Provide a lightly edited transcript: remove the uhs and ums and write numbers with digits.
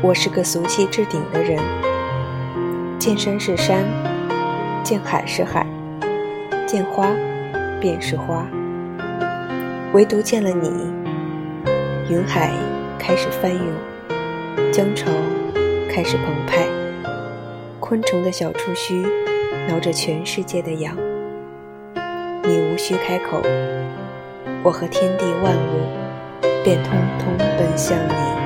我是个俗气至顶的人，见山是山，见海是海，见花便是花，唯独见了你，云海开始翻涌，江潮开始澎湃，昆虫的小触须挠着全世界的痒。你无需开口，我和天地万物便通通奔向你。